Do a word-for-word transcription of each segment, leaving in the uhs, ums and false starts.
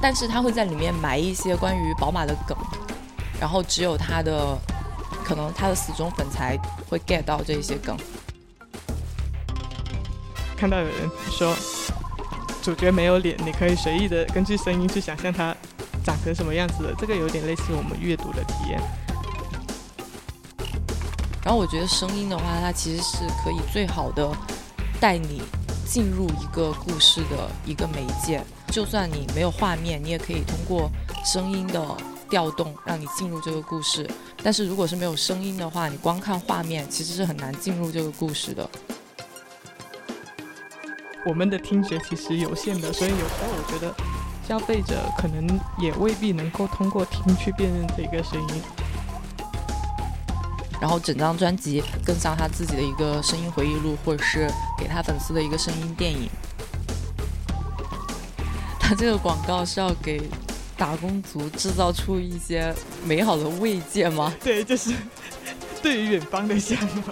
但是他会在里面埋一些关于宝马的梗，然后只有他的可能他的死忠粉才会 get 到这些梗。 看到有人说主角没有脸，你可以随意的根据声音去想象他长成什么样子的，这个有点类似我们阅读的体验。 然后我觉得声音的话，它其实是可以最好的带你进入一个故事的一个媒介，就算你没有画面，你也可以通过声音的调动让你进入这个故事。但是如果是没有声音的话，你光看画面其实是很难进入这个故事的。 我们的听觉其实有限的，所以有时候我觉得消费者可能也未必能够通过听去辨认这个声音。 然后整张专辑更像他自己的一个声音回忆录，或者是给他粉丝的一个声音电影。他这个广告是要给打工族制造出一些美好的慰藉吗？ 对，就是对于远方的向往。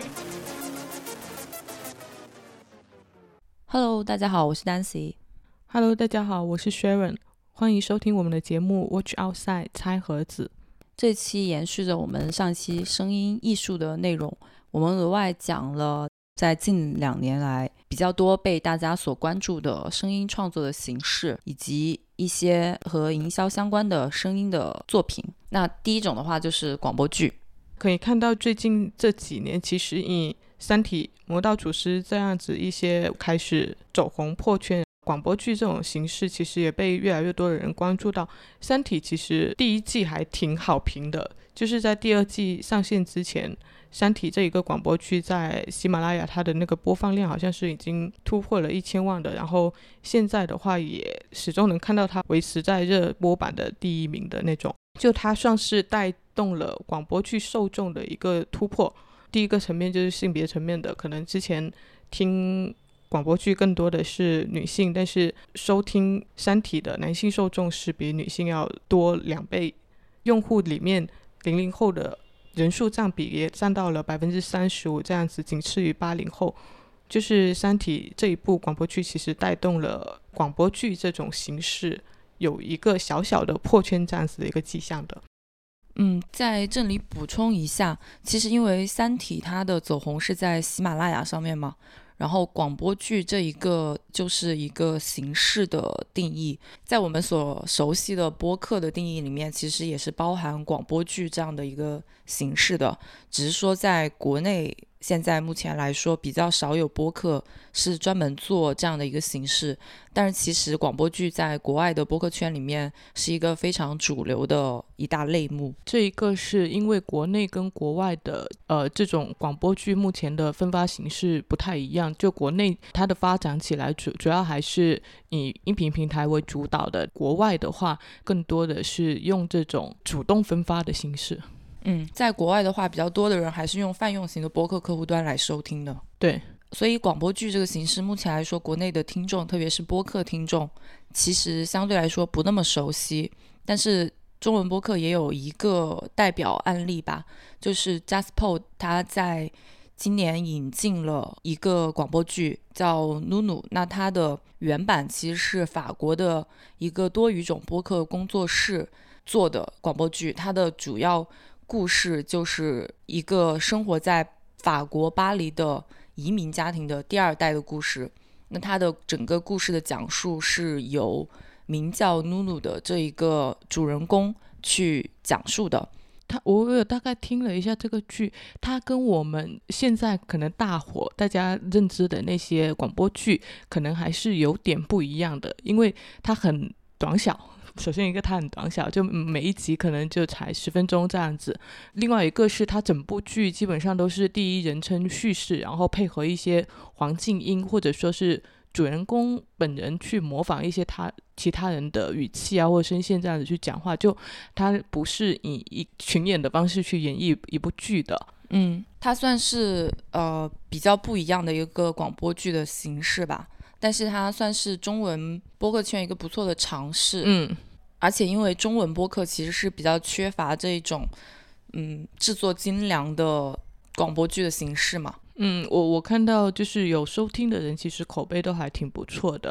Hello， 大家好，我是 Dancy。Hello， 大家好，我是 Sharon， 欢迎收听我们的节目 Watch Outside 猜盒子。 这期延续着我们上期声音艺术的内容，我们额外讲了在近两年来比较多被大家所关注的声音创作的形式，以及一些和营销相关的声音的作品。那第一种的话就是广播剧。 可以看到最近这几年，其实以三体、魔道祖师这样子一些开始走红破圈，广播剧这种形式其实也被越来越多的人关注到。三体其实第一季还挺好评的，就是在第二季上线之前，三体这一个广播剧在喜马拉雅它的那个播放量好像是已经突破了一千万的，然后现在的话也始终能看到它维持在热播榜的第一名的那种，就它算是带动了广播剧受众的一个突破。第一个层面就是性别层面的，可能之前听广播剧更多的是女性，但是收听三体的男性受众是比女性要多两倍，用户里面零零后的人数占比也占到了百分之三十五，这样子仅次于八零后。就是三体这一部广播剧其实带动了广播剧这种形式有一个小小的破圈这样子的一个迹象的。 嗯，在这里补充一下，其实因为三体它的走红是在喜马拉雅上面嘛，然后广播剧这一个就是一个形式的定义，在我们所熟悉的播客的定义里面，其实也是包含广播剧这样的一个形式的，只是说在国内现在目前来说比较少有播客是专门做这样的一个形式，但是其实广播剧在国外的播客圈里面是一个非常主流的一大类目。 这一个是因为国内跟国外的呃这种广播剧目前的分发形式不太一样，就国内它的发展起来主主要还是以音频平台为主导的，国外的话更多的是用这种主动分发的形式。 嗯，在国外的话比较多的人还是用泛用型的播客客户端来收听的。 对， 所以广播剧这个形式目前来说，国内的听众特别是播客听众其实相对来说不那么熟悉，但是中文播客也有一个代表案例吧，就是 JustPod 他在今年引进了一个广播剧叫 Nunu， 那它的原版其实是法国的一个多语种播客工作室做的广播剧，它的主要故事就是一个生活在法国巴黎的移民家庭的第二代的故事。那它的整个故事的讲述是由名叫努努的这一个主人公去讲述的。 他我有大概听了一下这个剧，它跟我们现在可能大火大家认知的那些广播剧可能还是有点不一样的，因为它很短小。首先一个它很短小，就每一集可能就才十分钟这样子，另外一个是它整部剧基本上都是第一人称叙事，然后配合一些环境音或者说是主人公本人去模仿一些他其他人的语气啊或者声线这样子去讲话，就它不是以一群演的方式去演绎一部剧的。 嗯，它算是呃比较不一样的一个广播剧的形式吧，但是它算是中文播客圈一个不错的尝试。 嗯， 而且因为中文播客其实是比较缺乏这种嗯制作精良的广播剧的形式嘛。 嗯，我我看到就是有收听的人其实口碑都还挺不错的。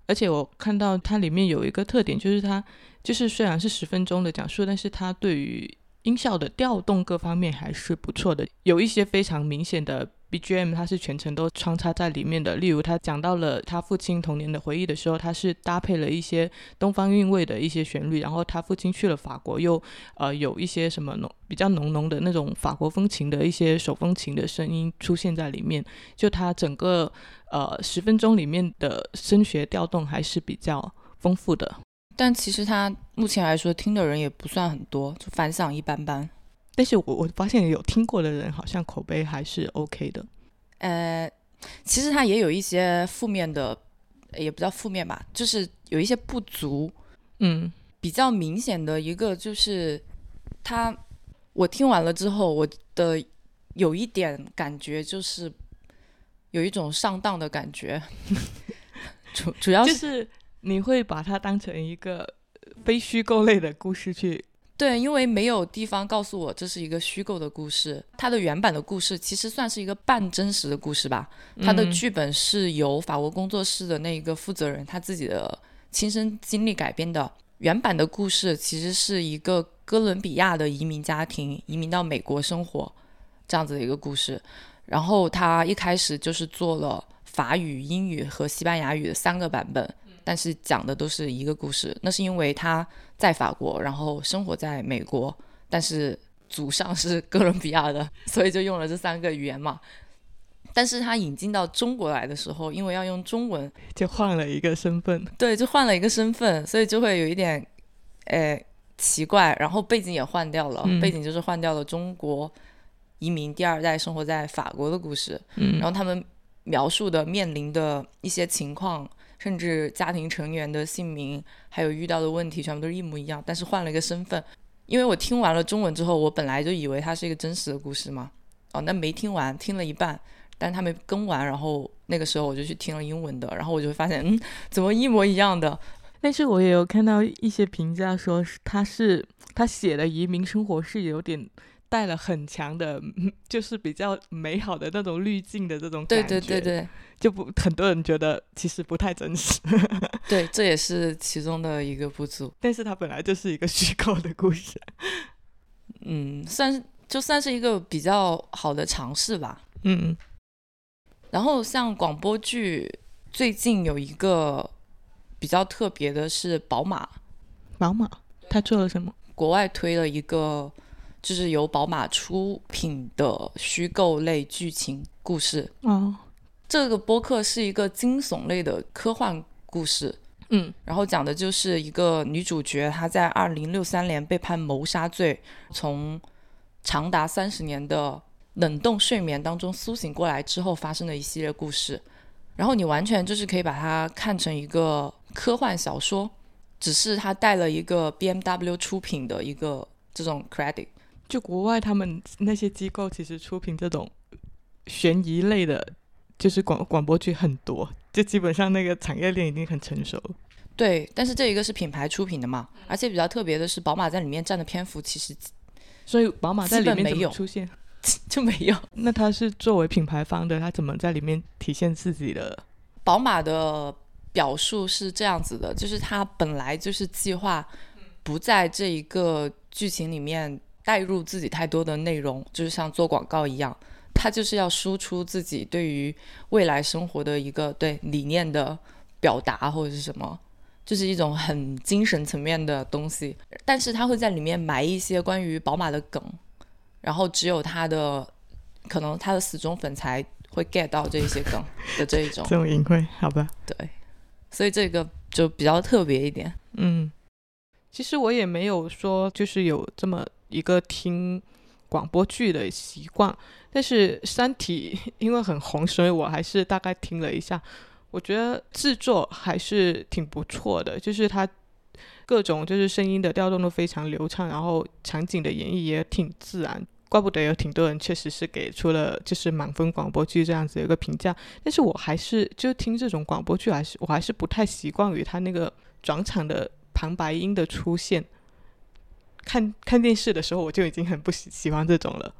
而且我看到它里面有一个特点，就是它就是虽然是十分钟的讲述，但是它对于音效的调动各方面还是不错的，有一些非常明显的 B G M 它是全程都穿插在里面的。例如他讲到了他父亲童年的回忆的时候，他是搭配了一些东方韵味的一些旋律，然后他父亲去了法国又呃有一些什么浓比较浓浓的那种法国风情的一些手风琴的声音出现在里面，就他整个呃十分钟里面的声学调动还是比较丰富的。 但其实他目前来说听的人也不算很多，就反响一般般。 但是我我发现有听过的人好像口碑还是 OK 的。 呃，其实它也有一些负面的，也不叫负面吧，就是有一些不足。 嗯， 比较明显的一个就是它，我听完了之后，我的有一点感觉就是有一种上当的感觉。主主要是就是你会把它当成一个非虚构类的故事去。 对，因为没有地方告诉我这是一个虚构的故事，它的原版的故事其实算是一个半真实的故事吧。它的剧本是由法国工作室的那个负责人他自己的亲身经历改编的。原版的故事其实是一个哥伦比亚的移民家庭移民到美国生活这样子的一个故事，然后他一开始就是做了法语、英语和西班牙语的三个版本，但是讲的都是一个故事。那是因为他在法国，然后生活在美国，但是祖上是哥伦比亚的，所以就用了这三个语言嘛。但是他引进到中国来的时候，因为要用中文， 就换了一个身份。 对，就换了一个身份，所以就会有一点呃奇怪。然后背景也换掉了、嗯、背景就是换掉了中国移民第二代生活在法国的故事、嗯、然后他们描述的面临的一些情况，甚至家庭成员的姓名还有遇到的问题全部都是一模一样，但是换了一个身份。因为我听完了中文之后，我本来就以为它是一个真实的故事嘛，哦，那没听完，听了一半，但是他没更完，然后那个时候我就去听了英文的，然后我就会发现嗯，怎么一模一样的。 但是我也有看到一些评价说他是他写的移民生活是有点带了很强的就是比较美好的那种滤镜的这种感觉。 对对对对， 就不很多人觉得其实不太真实。 对，这也是其中的一个不足。 但是它本来就是一个虚构的故事。 嗯，算是就算是一个比较好的尝试吧。 嗯， 然后像广播剧最近有一个比较特别的是宝马。 宝马他做了什么？ 国外推了一个就是由宝马出品的虚构类剧情故事。 哦， 这个播客是一个惊悚类的科幻故事。 嗯， 然后讲的就是一个女主角，她在二零六三年被判谋杀罪，从长达三十年的冷冻睡眠当中苏醒过来之后发生的一系列故事。然后你完全就是可以把它看成一个科幻小说，只是它带了一个 B M W 出品的一个这种 credit。 就国外他们那些机构其实出品这种悬疑类的就是广广播剧很多，就基本上那个产业链已经很成熟了。 对，但是这一个是品牌出品的嘛，而且比较特别的是宝马在里面占的篇幅其实， 所以宝马在里面怎么出现？ 就没有。 那他是作为品牌方的，他怎么在里面体现自己的？ 宝马的表述是这样子的，就是他本来就是计划不在这一个剧情里面带入自己太多的内容，就是像做广告一样，他就是要输出自己对于未来生活的一个对理念的表达或者是什么，就是一种很精神层面的东西。但是他会在里面埋一些关于宝马的梗，然后只有他的可能他的死忠粉才会 get 到这些梗的这一种这种隐晦，好吧。 对，所以这个就比较特别一点。 嗯，其实我也没有说就是有这么一个听广播剧的习惯，但是三体因为很红，所以我还是大概听了一下，我觉得制作还是挺不错的，就是它各种就是声音的调动都非常流畅，然后场景的演绎也挺自然，怪不得有挺多人确实是给出了就是满分广播剧这样子的一个评价。但是我还是就听这种广播剧还是我还是不太习惯于它那个转场的旁白音的出现，看看电视的时候我就已经很不喜喜欢这种了。不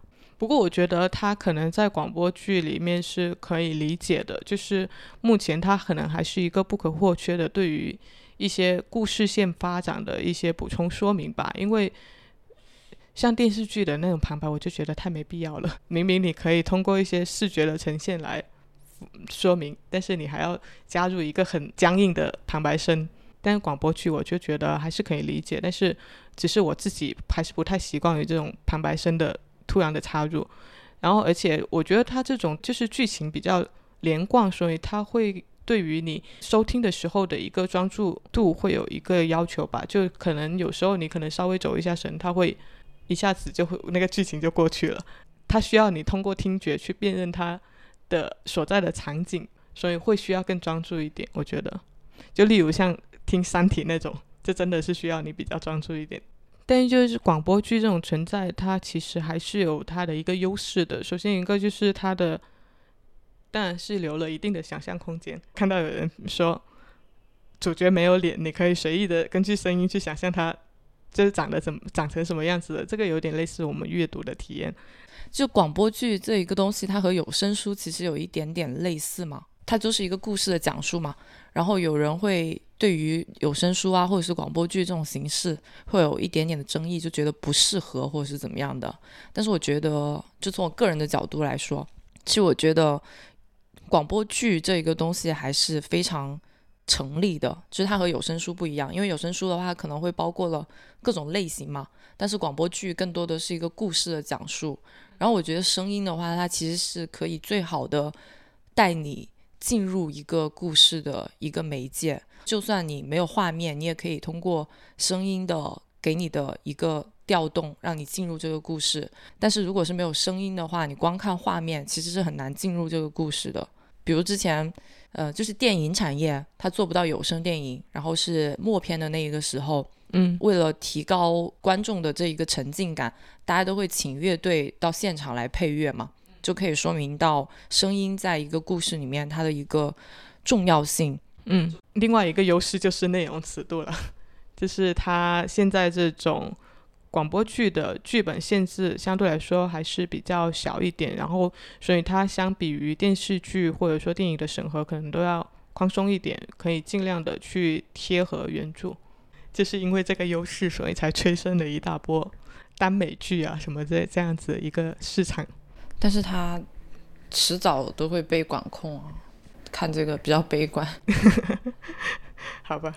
不过我觉得它可能在广播剧里面是可以理解的，就是目前它可能还是一个不可或缺的对于一些故事线发展的一些补充说明吧。因为像电视剧的那种旁白我就觉得太没必要了，明明你可以通过一些视觉的呈现来说明，但是你还要加入一个很僵硬的旁白声。但是广播剧我就觉得还是可以理解，但是只是我自己还是不太习惯于这种旁白声的突然的插入。然后而且我觉得它这种就是剧情比较连贯，所以它会对于你收听的时候的一个专注度会有一个要求吧，就可能有时候你可能稍微走一下神，它会一下子就会那个剧情就过去了，它需要你通过听觉去辨认它的所在的场景，所以会需要更专注一点。我觉得就例如像听三体那种，这真的是需要你比较专注一点。但是就是广播剧这种存在，它其实还是有它的一个优势的。首先一个就是它的当然是留了一定的想象空间，看到有人说主角没有脸，你可以随意的根据声音去想象它就是长得怎么长成什么样子的，这个有点类似我们阅读的体验。 就广播剧这一个东西它和有声书其实有一点点类似嘛，它就是一个故事的讲述嘛，然后有人会对于有声书啊或者是广播剧这种形式会有一点点的争议，就觉得不适合或者是怎么样的。但是我觉得就从我个人的角度来说，其实我觉得广播剧这一个东西还是非常成立的，就是它和有声书不一样，因为有声书的话它可能会包括了各种类型嘛，但是广播剧更多的是一个故事的讲述。然后我觉得声音的话它其实是可以最好的带你进入一个故事的一个媒介，就算你没有画面，你也可以通过声音的给你的一个调动让你进入这个故事。但是如果是没有声音的话，你光看画面其实是很难进入这个故事的。比如之前呃，就是电影产业它做不到有声电影，然后是默片的那一个时候， 嗯， 为了提高观众的这一个沉浸感，大家都会请乐队到现场来配乐嘛，就可以说明到声音在一个故事里面它的一个重要性。 嗯，另外一个优势就是内容尺度了，就是它现在这种广播剧的剧本限制相对来说还是比较小一点，然后所以它相比于电视剧或者说电影的审核可能都要宽松一点，可以尽量的去贴合原著。就是因为这个优势，所以才催生了一大波耽美剧啊什么这这样子一个市场。 但是它迟早都会被管控啊，看这个比较悲观。 好吧。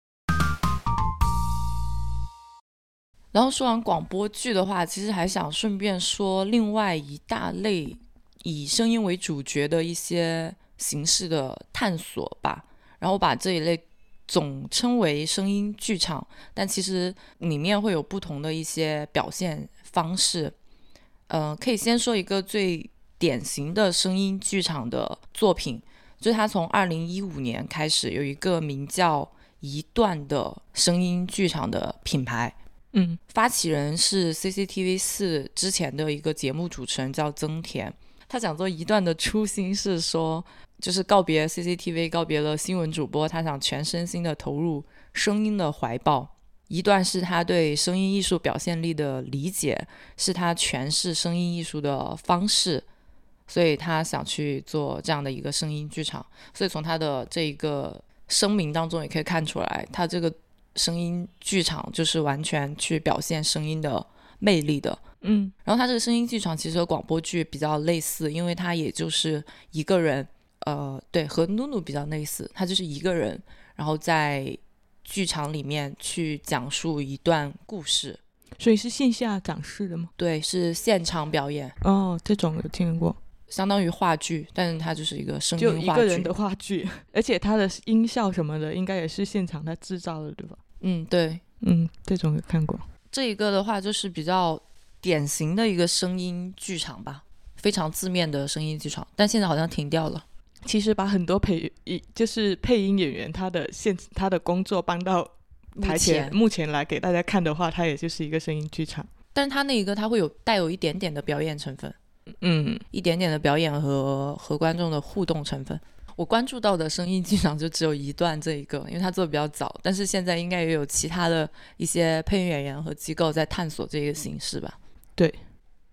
然后说完广播剧的话，其实还想顺便说另外一大类以声音为主角的一些形式的探索吧，然后把这一类总称为声音剧场，但其实里面会有不同的一些表现方式。呃，可以先说一个最典型的声音剧场的作品，就是它从二零一五年开始有一个名叫一段的声音剧场的品牌。 嗯， 发起人是 C C T V 四之前的一个节目主持人叫曾田。他讲做一段的初心是说，就是告别 C C T V， 告别了新闻主播，他想全身心的投入声音的怀抱。一段是他对声音艺术表现力的理解，是他诠释声音艺术的方式，所以他想去做这样的一个声音剧场。所以从他的这一个声明当中也可以看出来，他这个声音剧场就是完全去表现声音的魅力的。 嗯， 然后他这个声音剧场其实和广播剧比较类似，因为他也就是一个人，呃，对，和努努比较类似，他就是一个人，然后在剧场里面去讲述一段故事。 所以是线下展示的吗？ 对，是现场表演。 哦，这种有听过， 相当于话剧，但是它就是一个声音话剧， 就一个人的话剧，而且他的音效什么的应该也是现场他制造的，对吧？ 嗯，对， 嗯，这种有看过。 这一个的话就是比较典型的一个声音剧场吧，非常字面的声音剧场，但现在好像停掉了。 其实把很多配就是配音演员他的现他的工作搬到台前目前来给大家看的话，他也就是一个声音剧场， 但是他那一个他会有带有一点点的表演成分， 嗯， 一点点的表演和和观众的互动成分。我关注到的声音剧场就只有一段这一个，因为他做的比较早，但是现在应该也有其他的一些配音演员和机构在探索这个形式吧。 对。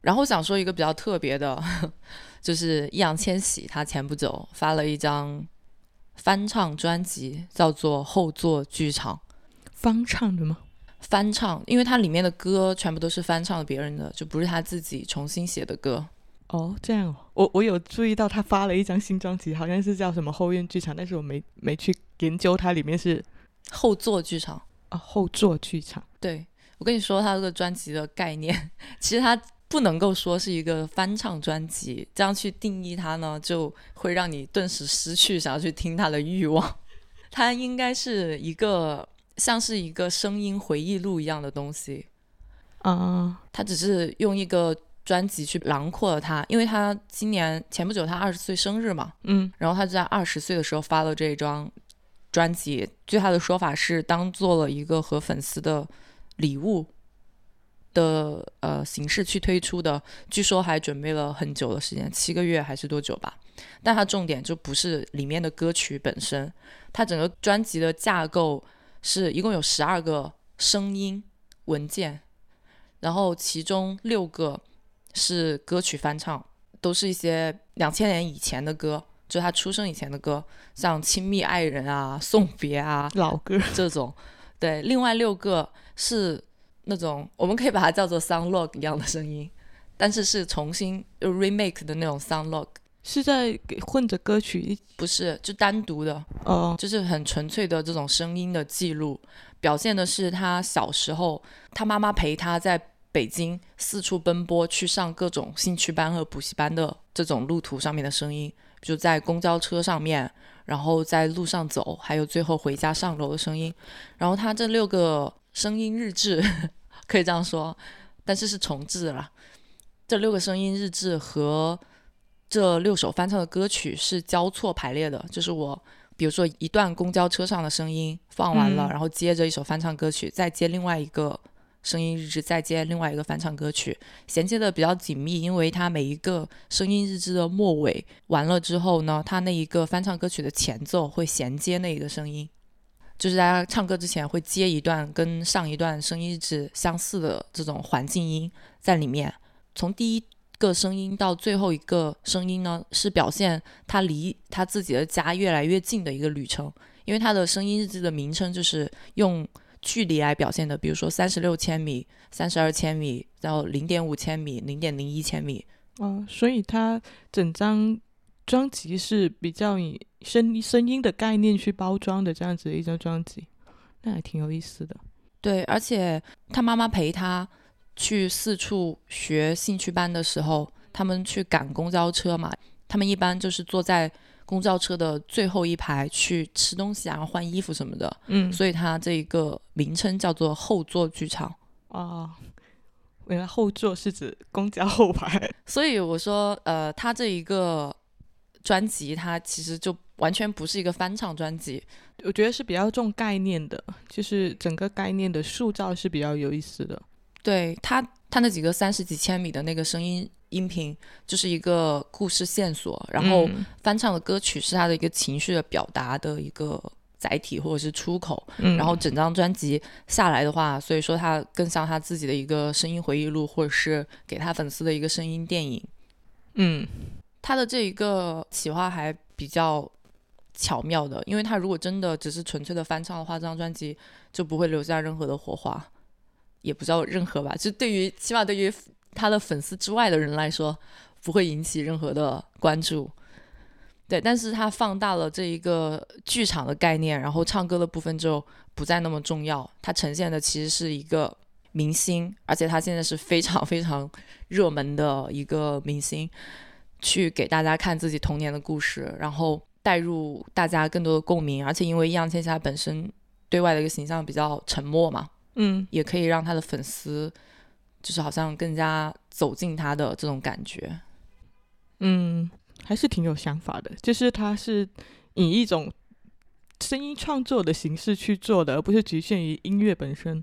然后想说一个比较特别的，就是易烊千玺，他前不久发了一张翻唱专辑，叫做《后座剧场》。 翻唱的吗？ 翻唱，因为它里面的歌全部都是翻唱的别人的，就不是他自己重新写的歌。 哦，这样哦，我我有注意到他发了一张新专辑，好像是叫什么后院剧场，但是我没没去研究它里面是后座剧场啊，后座剧场。 对，我跟你说，他这个专辑的概念，其实他不能够说是一个翻唱专辑，这样去定义它呢，就会让你顿时失去想要去听它的欲望。它应该是一个像是一个声音回忆录一样的东西啊， 他只是用一个专辑去囊括了他，因为他今年前不久他二十岁生日嘛， 嗯， 然后他就在二十岁的时候发了这一张专辑，据他的说法是当做了一个和粉丝的礼物的呃形式去推出的，据说还准备了很久的时间，七个月还是多久吧。但它重点就不是里面的歌曲本身，它整个专辑的架构是一共有十二个声音文件，然后其中六个是歌曲翻唱，都是一些两千年以前的歌，就是他出生以前的歌，像亲密爱人啊、送别啊老歌这种。对，另外六个是那种我们可以把它叫做 sound log 一样的声音，但是是重新 remake 的那种 sound log， 是在混着歌曲？ 不是，就单独的， 哦， 就是很纯粹的这种声音的记录，表现的是他小时候他妈妈陪他在北京四处奔波去上各种兴趣班和补习班的这种路途上面的声音，就在公交车上面，然后在路上走，还有最后回家上楼的声音。然后他这六个声音日志可以这样说，但是是重制啦。这六个声音日志和这六首翻唱的歌曲是交错排列的，就是我比如说一段公交车上的声音放完了、嗯、然后接着一首翻唱歌曲，再接另外一个声音日志，再接另外一个翻唱歌曲，衔接的比较紧密，因为它每一个声音日志的末尾完了之后呢，它那一个翻唱歌曲的前奏会衔接那一个声音，就是大家唱歌之前会接一段跟上一段声音日志相似的这种环境音在里面。从第一个声音到最后一个声音呢，是表现他离他自己的家越来越近的一个旅程，因为他的声音日志的名称就是用距离来表现的，比如说三十六千米、三十二千米，然后零点五千米、零点零一千米。 哦，所以他整张专辑是比较以声声音的概念去包装的，这样子的一张专辑，那还挺有意思的。 对，而且他妈妈陪他去四处学兴趣班的时候，他们去赶公交车嘛，他们一般就是坐在公交车的最后一排去吃东西啊，然后换衣服什么的。嗯，所以它这一个名称叫做后座剧场。 哦，原来后座是指公交后排。 所以我说呃，他这一个专辑它其实就完全不是一个翻唱专辑， 我觉得是比较重概念的，就是整个概念的塑造是比较有意思的。 对，他他那几个三十几千米的那个声音音频就是一个故事线索，然后翻唱的歌曲是他的一个情绪的表达的一个载体或者是出口、嗯、然后整张专辑下来的话，所以说他更像他自己的一个声音回忆录，或者是给他粉丝的一个声音电影。嗯，他的这一个企划还比较巧妙的，因为他如果真的只是纯粹的翻唱的话，这张专辑就不会留下任何的火花，也不叫任何吧，就对于起码对于他的粉丝之外的人来说不会引起任何的关注。对，但是他放大了这一个剧场的概念，然后唱歌的部分就不再那么重要，他呈现的其实是一个明星，而且他现在是非常非常热门的一个明星，去给大家看自己童年的故事，然后带入大家更多的共鸣。而且因为易烊千玺他本身对外的一个形象比较沉默嘛，嗯，也可以让他的粉丝就是好像更加走进他的这种感觉。 嗯，还是挺有想法的，就是他是以一种声音创作的形式去做的，而不是局限于音乐本身。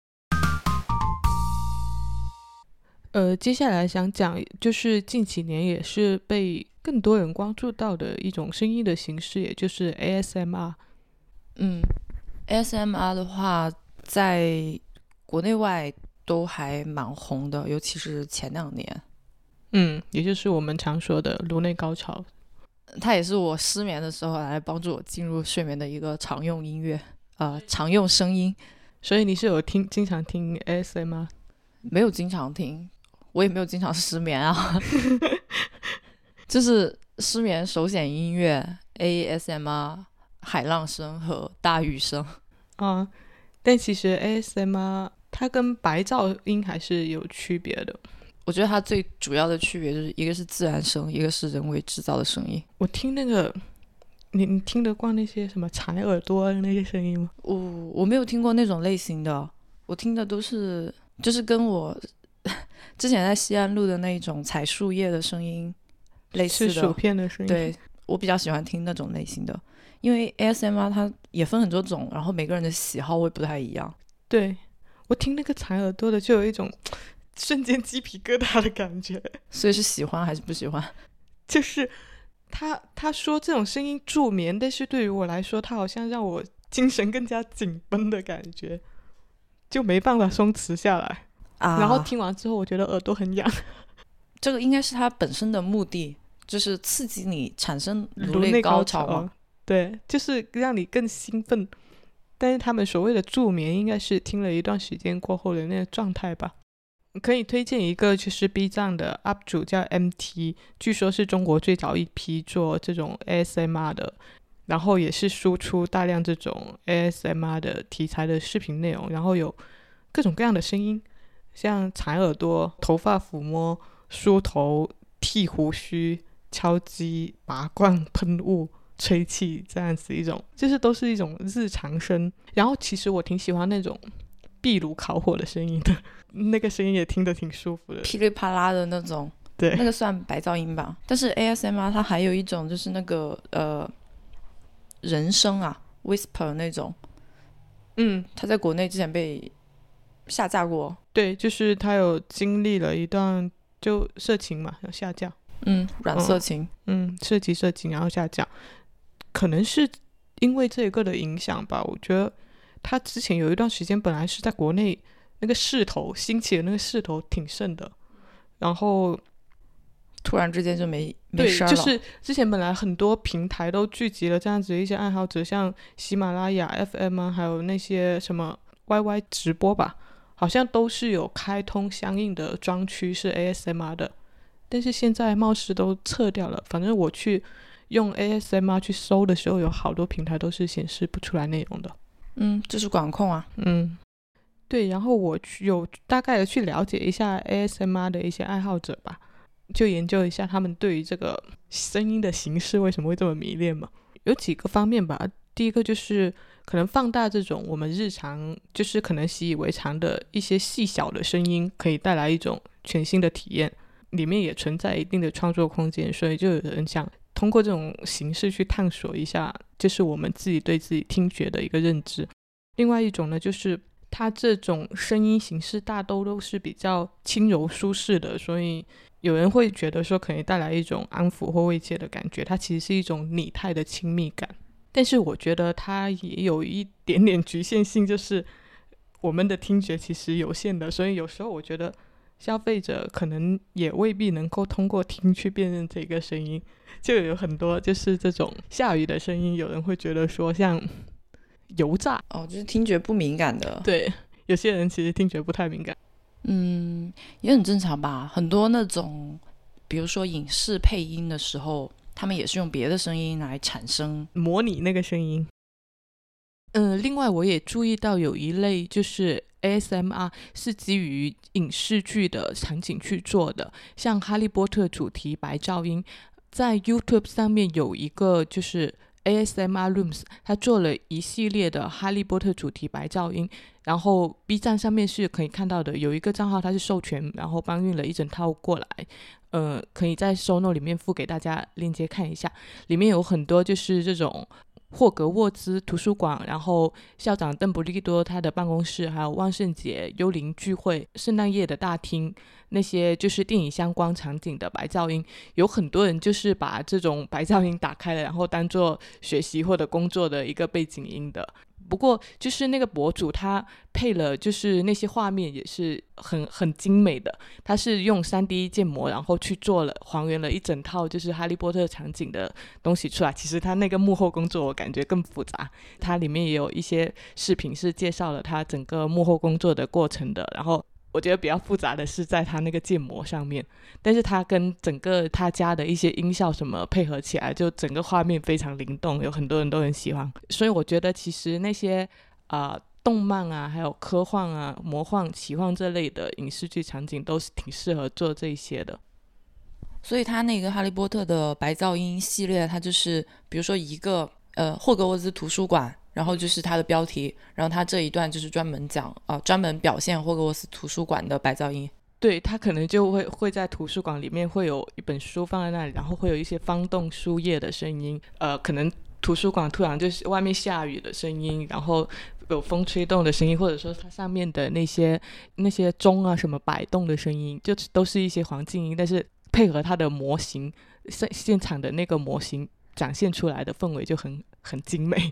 呃，接下来想讲就是近几年也是被更多人关注到的一种声音的形式，也就是 A S M R。 嗯 A S M R 的话在国内外都还蛮红的，尤其是前两年。 嗯，也就是我们常说的颅内高潮。 它也是我失眠的时候来帮助我进入睡眠的一个常用音乐，呃，常用声音。 所以你是有听经常听 A S M R？ 没有经常听，我也没有经常失眠啊。就是失眠手写音乐 A S M R、 海浪声和大雨声啊。但其实 A S M R 它跟白噪音还是有区别的。 我觉得它最主要的区别就是一个是自然声，一个是人为制造的声音。 我听那个你你听得惯那些什么采耳朵的那些声音吗？ 我我没有听过那种类型的，我听的都是就是跟我之前在西安录的那种采树叶的声音类似的， 是薯片的声音。 对，我比较喜欢听那种类型的，因为 A S M R 它也分很多种，然后每个人的喜好会不太一样。 对，我听那个采耳朵的就有一种瞬间鸡皮疙瘩的感觉。 所以是喜欢还是不喜欢？ 就是他他说这种声音助眠，但是对于我来说他好像让我精神更加紧绷的感觉，就没办法松弛下来啊。然后听完之后我觉得耳朵很痒。 这个应该是它本身的目的，就是刺激你产生颅内高潮嘛。 对，就是让你更兴奋。但是他们所谓的助眠应该是听了一段时间过后的那个状态吧。可以推荐一个就是 B 站的 U P 主叫 M T， 据说是中国最早一批做这种 A S M R 的，然后也是输出大量这种 A S M R 的题材的视频内容，然后有各种各样的声音，像采耳朵、头发抚摸、梳头、剃胡须、敲击、拔罐、喷雾、吹气，这样子一种，就是都是一种日常声。然后其实我挺喜欢那种壁炉烤火的声音的，那个声音也听得挺舒服的， 噼里啪啦的那种。 对， 那个算白噪音吧。但是 A S M R 它还有一种就是那个呃人声啊 whisper 那种， 嗯， 它在国内之前被下架过。 对，就是它有经历了一段就色情嘛，要下架。 嗯，软色情。 嗯，嗯涉及色情然后下架，可能是因为这个的影响吧。我觉得他之前有一段时间本来是在国内那个势头兴起的那个势头挺盛的，然后突然之间就没没事了。 对，就是之前本来很多平台都聚集了这样子一些爱好者，像喜马拉雅 F M 啊，还有那些什么 Y Y 直播吧，好像都是有开通相应的专区是 A S M R 的，但是现在貌似都撤掉了。反正我去用 A S M R 去搜的时候，有好多平台都是显示不出来内容的。 嗯，就是管控啊。 嗯，对，然后我有大概的去了解一下 A S M R 的一些爱好者吧，就研究一下他们对于这个声音的形式为什么会这么迷恋嘛。有几个方面吧，第一个就是可能放大这种我们日常就是可能习以为常的一些细小的声音，可以带来一种全新的体验，里面也存在一定的创作空间，所以就有人想通过这种形式去探索一下就是我们自己对自己听觉的一个认知。另外一种呢，就是它这种声音形式大都都是比较轻柔舒适的，所以有人会觉得说可以带来一种安抚或慰藉的感觉，它其实是一种拟态的亲密感。但是我觉得它也有一点点局限性，就是我们的听觉其实有限的，所以有时候我觉得消费者可能也未必能够通过听去辨认这个声音。就有很多就是这种下雨的声音，有人会觉得说像油炸哦，就是听觉不敏感的。 对，有些人其实听觉不太敏感。 嗯，也很正常吧。很多那种比如说影视配音的时候，他们也是用别的声音来产生模拟那个声音。嗯、呃，另外我也注意到有一类就是 A S M R 是基于影视剧的场景去做的，像哈利波特主题白噪音，在 YouTube 上面有一个就是 A S M R Rooms， 他做了一系列的哈利波特主题白噪音，然后 B 站上面是可以看到的，有一个账号他是授权然后搬运了一整套过来，呃，可以在 show note 里面附给大家链接看一下，里面有很多就是这种霍格沃兹图书馆，然后校长邓布利多他的办公室，还有万圣节幽灵聚会圣诞夜的大厅， 那些就是电影相关场景的白噪音，有很多人就是把这种白噪音打开了，然后当做学习或者工作的一个背景音的。不过就是那个博主他配了就是那些画面也是很很精美的，他是用 三 D 建模然后去做了还原了一整套就是哈利波特场景的东西出来。其实他那个幕后工作我感觉更复杂，它里面也有一些视频是介绍了他整个幕后工作的过程的，然后我觉得比较复杂的是在他那个建模上面，但是他跟整个他家的一些音效什么配合起来，就整个画面非常灵动，有很多人都很喜欢。所以我觉得其实那些呃动漫啊还有科幻啊魔幻奇幻这类的影视剧场景都是挺适合做这些的。 所以他那个哈利波特的白噪音系列，它就是比如说一个呃霍格沃兹图书馆，然后就是它的标题，然后它这一段就是专门讲啊、呃，专门表现霍格沃兹图书馆的白噪音。 对，它可能就会会在图书馆里面会有一本书放在那里，然后会有一些翻动书页的声音，呃，可能图书馆突然就是外面下雨的声音，然后有风吹动的声音，或者说它上面的那些那些钟啊什么摆动的声音，就都是一些环境音，但是配合它的模型现现场的那个模型展现出来的氛围就很很精美。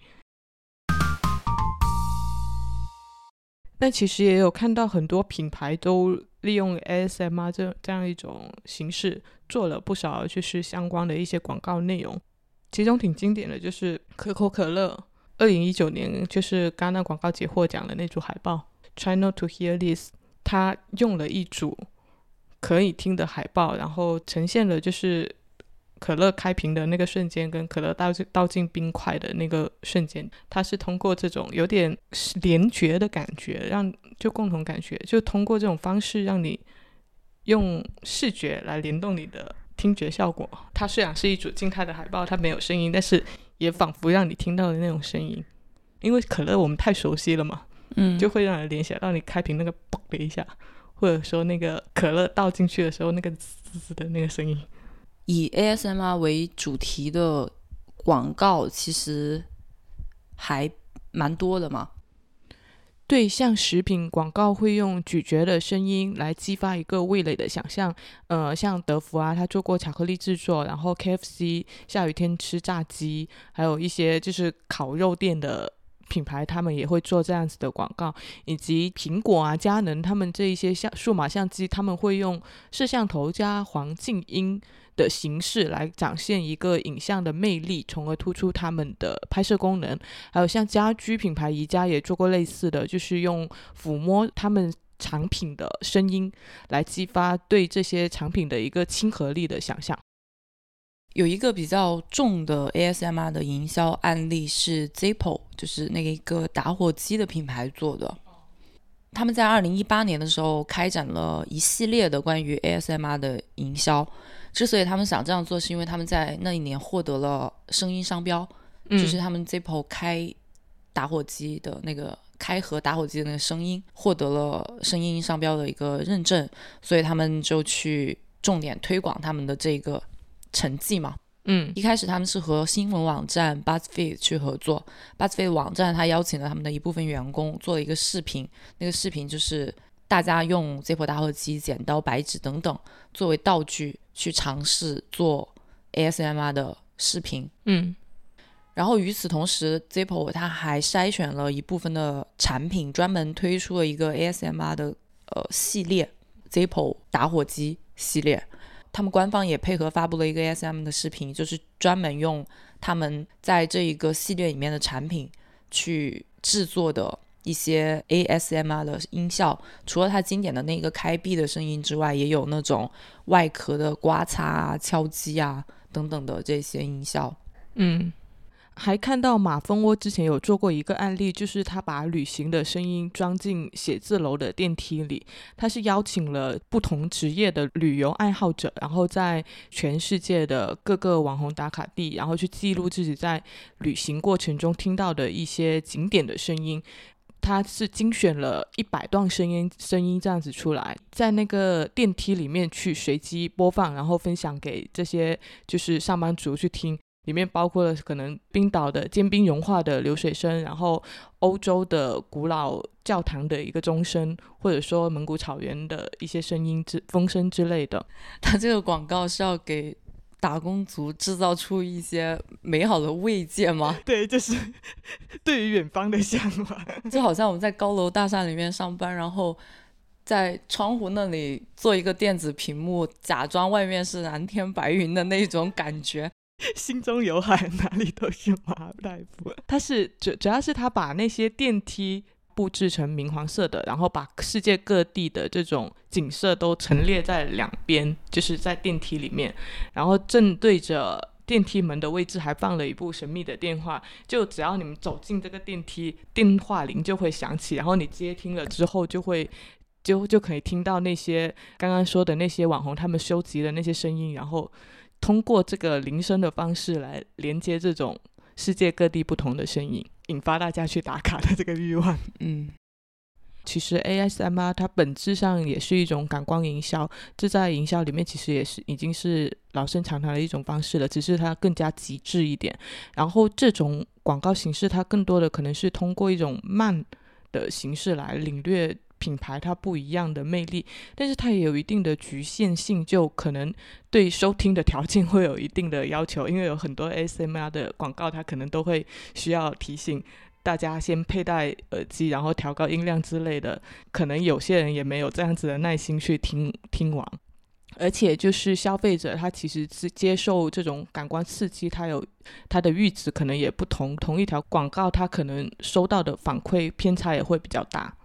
但其实也有看到很多品牌都利用 A S M R 这这样一种形式做了不少就是相关的一些广告内容，其中挺经典的就是可口可乐二零一九年就是戛纳广告节获奖的那组海报 Try not to hear this， 它用了一组可以听的海报，然后呈现了就是可乐开瓶的那个瞬间跟可乐倒进倒进冰块的那个瞬间，它是通过这种有点联觉的感觉，让就共同感觉，就通过这种方式让你用视觉来联动你的听觉效果。它虽然是一组静态的海报，它没有声音，但是也仿佛让你听到的那种声音。因为可乐我们太熟悉了嘛， 嗯， 就会让人联想到你开瓶那个嘣的一下，或者说那个可乐倒进去的时候那个滋滋的那个声音。 以 A S M R 为主题的广告其实还蛮多的嘛。 对，像食品广告会用咀嚼的声音来激发一个味蕾的想象，呃，像德芙啊，他做过巧克力制作，然后 K F C 下雨天吃炸鸡，还有一些就是烤肉店的品牌他们也会做这样子的广告，以及苹果啊佳能他们这一些像数码相机，他们会用摄像头加环境音的形式来展现一个影像的魅力，从而突出他们的拍摄功能。还有像家居品牌宜家也做过类似的，就是用抚摸他们产品的声音来激发对这些产品的一个亲和力的想象。 有一个比较重的 A S M R 的营销案例是 Zippo， 就是那个一个打火机的品牌做的。他们在二零一八年的时候开展了一系列的关于 A S M R 的营销。之所以他们想这样做，是因为他们在那一年获得了声音商标，嗯、就是他们 Zippo 开打火机的那个开合打火机的那个声音获得了声音商标的一个认证，所以他们就去重点推广他们的这个成绩嘛。嗯，一开始他们是和新闻网站 BuzzFeed 去合作， BuzzFeed 网站他邀请了他们的一部分员工做了一个视频，那个视频就是大家用 Zippo 打火机、剪刀、白纸等等作为道具去尝试做 A S M R 的视频。嗯，然后与此同时 Zippo 它还筛选了一部分的产品，专门推出了一个 A S M R 的呃系列 Zippo 打火机系列。他们官方也配合发布了一个 A S M R 的视频，就是专门用他们在这一个系列里面的产品去制作的一些 A S M R 的音效。除了它经典的那个开闭的声音之外，也有那种外壳的刮擦啊、敲击啊等等的这些音效。嗯， 还看到马蜂窝之前有做过一个案例，就是他把旅行的声音装进写字楼的电梯里，他是邀请了不同职业的旅游爱好者，然后在全世界的各个网红打卡地，然后去记录自己在旅行过程中听到的一些景点的声音。他是精选了一百段声音声音这样子出来，在那个电梯里面去随机播放，然后分享给这些就是上班族去听。 里面包括了可能冰岛的坚冰融化的流水声，然后欧洲的古老教堂的一个钟声，或者说蒙古草原的一些声音之风声之类的。 它这个广告是要给打工族制造出一些美好的慰藉吗？ 对，就是对于远方的向往。 就好像我们在高楼大厦里面上班，然后在窗户那里做一个电子屏幕，假装外面是蓝天白云的那种感觉。 心中有海，哪里都是马尔代夫。它是主主要是他把那些电梯布置成明黄色的，然后把世界各地的这种景色都陈列在两边，就是在电梯里面，然后正对着电梯门的位置还放了一部神秘的电话，就只要你们走进这个电梯，电话铃就会响起，然后你接听了之后就会就就可以听到那些刚刚说的那些网红他们收集的那些声音，然后通过这个铃声的方式来连接这种世界各地不同的声音，引发大家去打卡的这个欲望。 嗯， 其实 A S M R 它本质上也是一种感光营销，这在营销里面其实也是已经是老生常谈的一种方式了，只是它更加极致一点。然后这种广告形式它更多的可能是通过一种慢的形式来领略品牌它不一样的魅力，但是它也有一定的局限性，就可能对收听的条件会有一定的要求，因为有很多 A S M R 的广告它可能都会需要提醒大家先佩戴耳机，然后调高音量之类的，可能有些人也没有这样子的耐心去听听完。而且就是消费者他其实是接受这种感官刺激，他有他的阈值可能也不同，同一条广告他可能收到的反馈偏差也会比较大。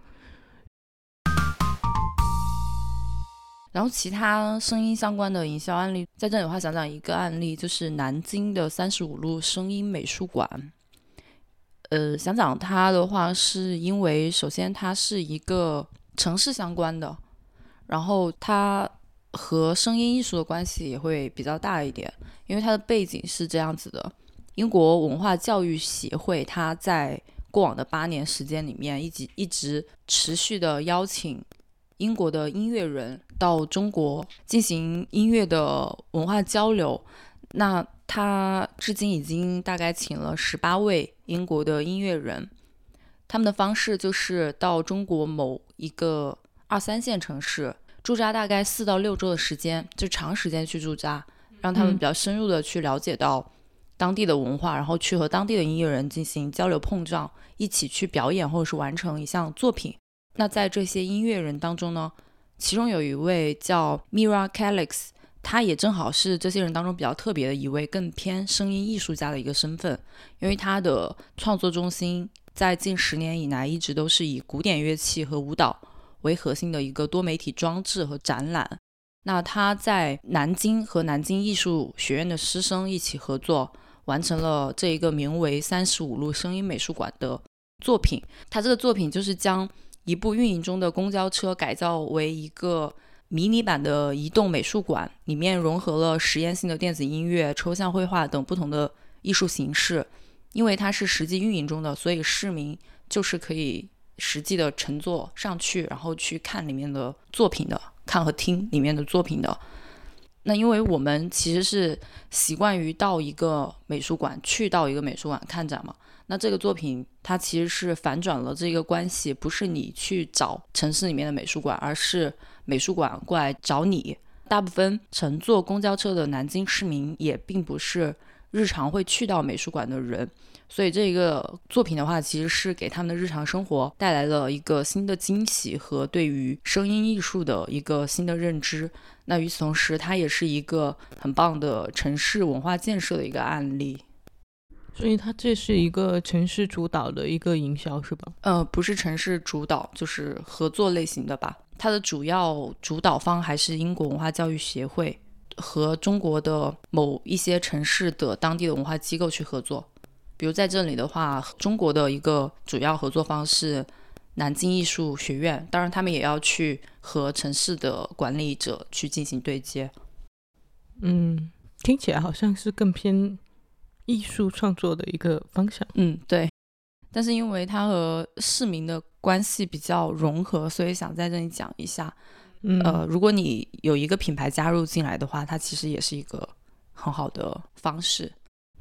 然后其他声音相关的营销案例，在这里的话想讲一个案例，就是南京的三十五路声音美术馆。呃，想讲它的话是因为首先它是一个城市相关的，然后它和声音艺术的关系也会比较大一点，因为它的背景是这样子的：英国文化教育协会它在过往的八年时间里面一直一直持续的邀请英国的音乐人到中国进行音乐的文化交流。那他至今已经大概请了十八位英国的音乐人，他们的方式就是到中国某一个二三线城市驻扎大概四到六周的时间，就长时间去驻扎，让他们比较深入的去了解到当地的文化，然后去和当地的音乐人进行交流碰撞，一起去表演或者是完成一项作品。那在这些音乐人当中呢，其中有一位叫 Mira Calix， 他也正好是这些人当中比较特别的一位，更偏声音艺术家的一个身份，因为他的创作中心在近十年以来一直都是以古典乐器和舞蹈为核心的一个多媒体装置和展览。那他在南京和南京艺术学院的师生一起合作，完成了这一个名为三十五路声音美术馆的作品。他这个作品就是将一部运营中的公交车改造为一个迷你版的移动美术馆，里面融合了实验性的电子音乐、抽象绘画等不同的艺术形式。因为它是实际运营中的，所以市民就是可以实际的乘坐上去，然后去看里面的作品的，看和听里面的作品的。那因为我们其实是习惯于到一个美术馆，去到一个美术馆看展嘛，那这个作品它其实是反转了这个关系，不是你去找城市里面的美术馆，而是美术馆过来找你。大部分乘坐公交车的南京市民也并不是日常会去到美术馆的人，所以这个作品的话其实是给他们的日常生活带来了一个新的惊喜和对于声音艺术的一个新的认知。那与此同时，它也是一个很棒的城市文化建设的一个案例。 所以它这是一个城市主导的一个营销是吧？ 呃，不是城市主导，就是合作类型的吧。它的主要主导方还是英国文化教育协会和中国的某一些城市的当地的文化机构去合作。比如在这里的话，中国的一个主要合作方是南京艺术学院，当然他们也要去和城市的管理者去进行对接。 嗯，听起来好像是更偏艺术创作的一个方向。 嗯，对。但是因为它和市民的关系比较融合，所以想在这里讲一下。 嗯、 呃，如果你有一个品牌加入进来的话，它其实也是一个很好的方式。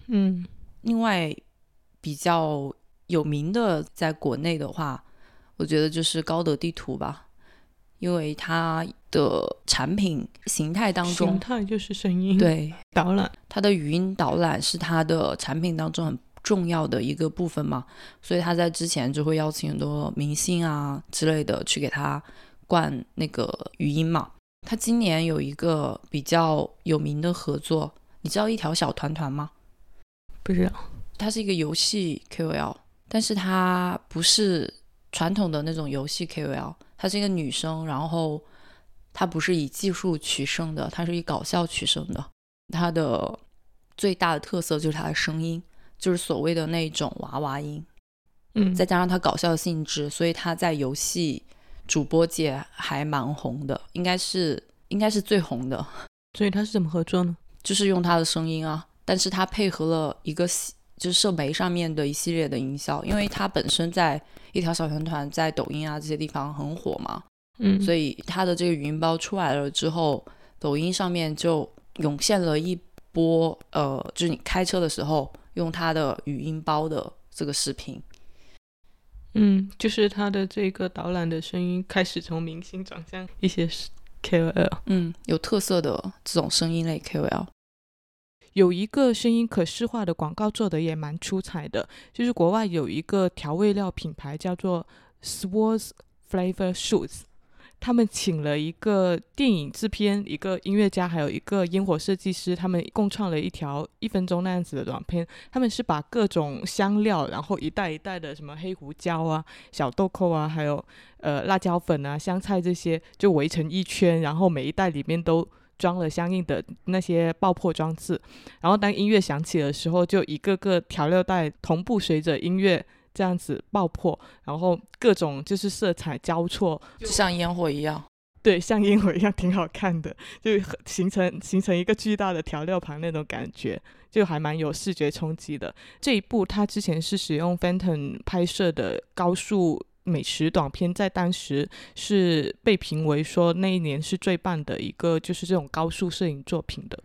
嗯， 另外比较有名的在国内的话，我觉得就是高德地图吧，因为它的产品形态当中， 形态就是声音对导览， 它的语音导览是它的产品当中很重要的一个部分嘛，所以他在之前就会邀请很多明星啊之类的去给他灌那个语音嘛。他今年有一个比较有名的合作，你知道一条小团团吗？ 不知道。 他是一个游戏 K O L， 但是他不是传统的那种游戏 K O L， 她是一个女生，然后她不是以技术取胜的，她是以搞笑取胜的。她的最大的特色就是她的声音，就是所谓的那种娃娃音， 嗯， 再加上她搞笑的性质，所以她在游戏主播界还蛮红的，应该是应该是最红的。 所以他是怎么合作呢？ 就是用她的声音啊，但是她配合了一个就是社媒上面的一系列的营销，因为她本身在一条小团团在抖音啊这些地方很火嘛， 嗯， 所以她的这个语音包出来了之后，抖音上面就涌现了一波呃，就是你开车的时候用她的语音包的这个视频。 嗯，就是他的这个导览的声音开始从明星转向一些 K O L， 嗯，有特色的这种声音类 K O L。 有一个声音可视化的广告做的也蛮出彩的，就是国外有一个调味料品牌叫做 Swords Flavor Shoes， 他们请了一个电影制片、一个音乐家还有一个烟火设计师，他们共创了一条一分钟那样子的短片。他们是把各种香料，然后一袋一袋的什么黑胡椒啊、小豆蔻啊，还有呃辣椒粉啊、香菜这些就围成一圈，然后每一袋里面都装了相应的那些爆破装置，然后当音乐响起的时候，就一个个调料袋同步随着音乐这样子爆破，然后各种就是色彩交错， 就像烟火一样。 对，像烟火一样，挺好看的，就形成形成一个巨大的调料盘那种感觉，就还蛮有视觉冲击的。这一部它之前是使用 Phantom 拍摄的高速美食短片，在当时是被评为说那一年是最棒的一个就是这种高速摄影作品的。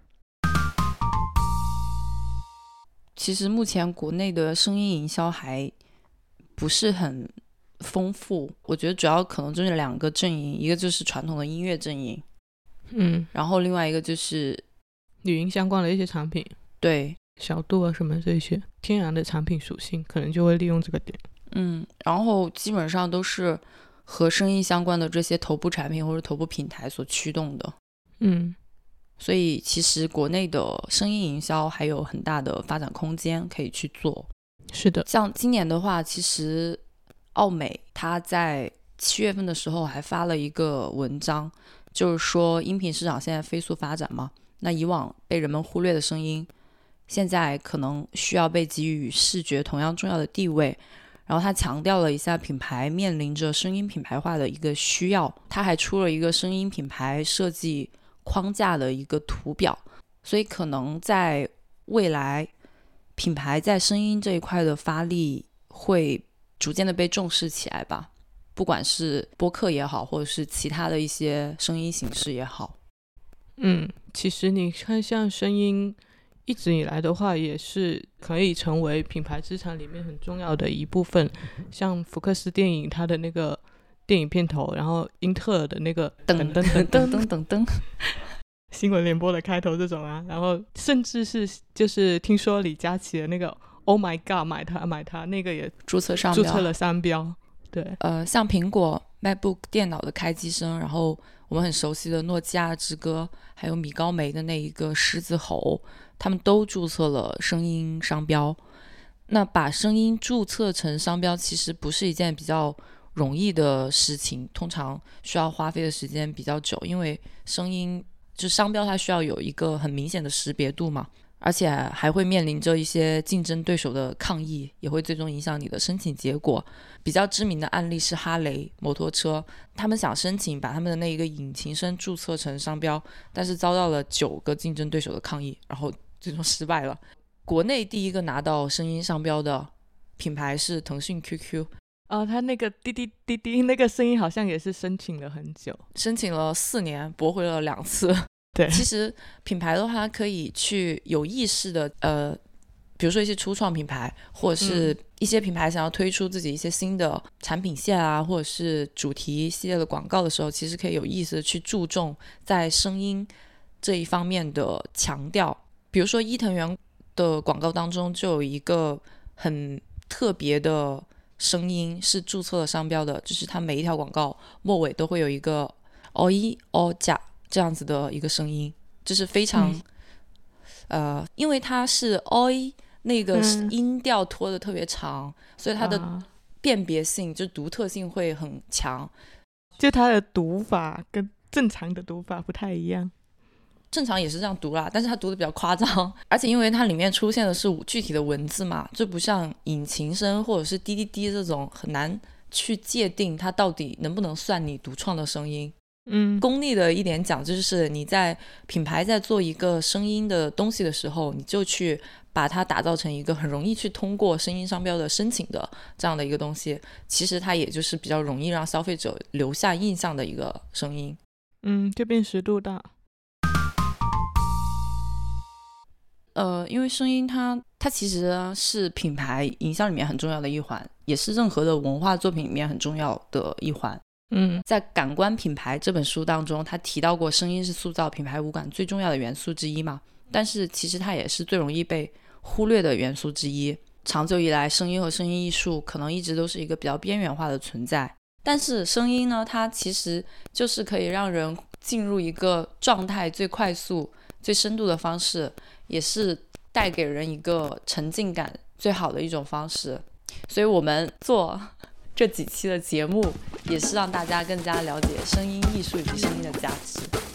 其实目前国内的声音营销还不是很丰富，我觉得主要可能就是两个阵营，一个就是传统的音乐阵营， 嗯， 然后另外一个就是语音相关的一些产品， 对小度啊什么这些天然的产品属性，可能就会利用这个点。 嗯，然后基本上都是和声音相关的这些头部产品或者头部品牌所驱动的。 嗯， 所以其实国内的声音营销还有很大的发展空间可以去做。 是的， 像今年的话，其实奥美它在七月份的时候还发了一个文章，就是说音频市场现在飞速发展嘛，那以往被人们忽略的声音，现在可能需要被给予视觉同样重要的地位。然后他强调了一下品牌面临着声音品牌化的一个需要，他还出了一个声音品牌设计框架的一个图表，所以可能在未来品牌在声音这一块的发力会逐渐的被重视起来吧，不管是播客也好，或者是其他的一些声音形式也好。 嗯，其实你看像声音一直以来的话也是可以成为品牌资产里面很重要的一部分，像福克斯电影它的那个电影片头，然后英特尔的那个噔噔噔噔噔噔噔新闻联播的开头这种啊，然后甚至是就是听说李佳琦的那个 Oh my God 买它买它那个也注册商标， 注册了商标。对， 呃，像苹果 MacBook 电脑的开机声，然后我们很熟悉的诺基亚之歌，还有米高梅的那一个狮子吼，他们都注册了声音商标。那把声音注册成商标其实不是一件比较容易的事情，通常需要花费的时间比较久，因为声音就商标它需要有一个很明显的识别度嘛，而且还会面临着一些竞争对手的抗议，也会最终影响你的申请结果。比较知名的案例是哈雷摩托车，他们想申请把他们的那一个引擎声注册成商标，但是遭到了九个竞争对手的抗议，然后最终失败了。国内第一个拿到声音商标的品牌是腾讯 Q Q， 哦，他那个滴滴滴滴那个声音好像也是申请了很久， 申请了四年，驳回了两次。 对， 其实品牌的话可以去有意识的呃，比比如说一些初创品牌，或者是一些品牌想要推出自己一些新的产品线啊，或者是主题系列的广告的时候，其实可以有意识的去注重在声音这一方面的强调。比如说伊藤园的广告当中就有一个很特别的声音是注册了商标的，就是它每一条广告末尾都会有一个 oi o ja 这样子的一个声音，就是非常、嗯呃，因为它是 oi 那个音调拖得特别长、嗯、所以它的辨别性就独特性会很强， 就它的读法跟正常的读法不太一样。 正常也是这样读啦，但是它读的比较夸张，而且因为它里面出现的是具体的文字嘛，就不像引擎声或者是滴滴滴这种很难去界定它到底能不能算你独创的声音。 嗯， 功利的一点讲，就是你在品牌在做一个声音的东西的时候，你就去把它打造成一个很容易去通过声音商标的申请的这样的一个东西，其实它也就是比较容易让消费者留下印象的一个声音。 嗯，就辨识度大。 呃，因为声音它它其实是品牌营销里面很重要的一环，也是任何的文化作品里面很重要的一环。 嗯， 在《感官品牌》这本书当中，他提到过声音是塑造品牌五感最重要的元素之一嘛，但是其实它也是最容易被忽略的元素之一。长久以来，声音和声音艺术可能一直都是一个比较边缘化的存在，但是声音呢，它其实就是可以让人进入一个状态最快速最深度的方式，也是带给人一个沉浸感最好的一种方式。所以我们做这几期的节目也是让大家更加了解声音艺术以及声音的价值。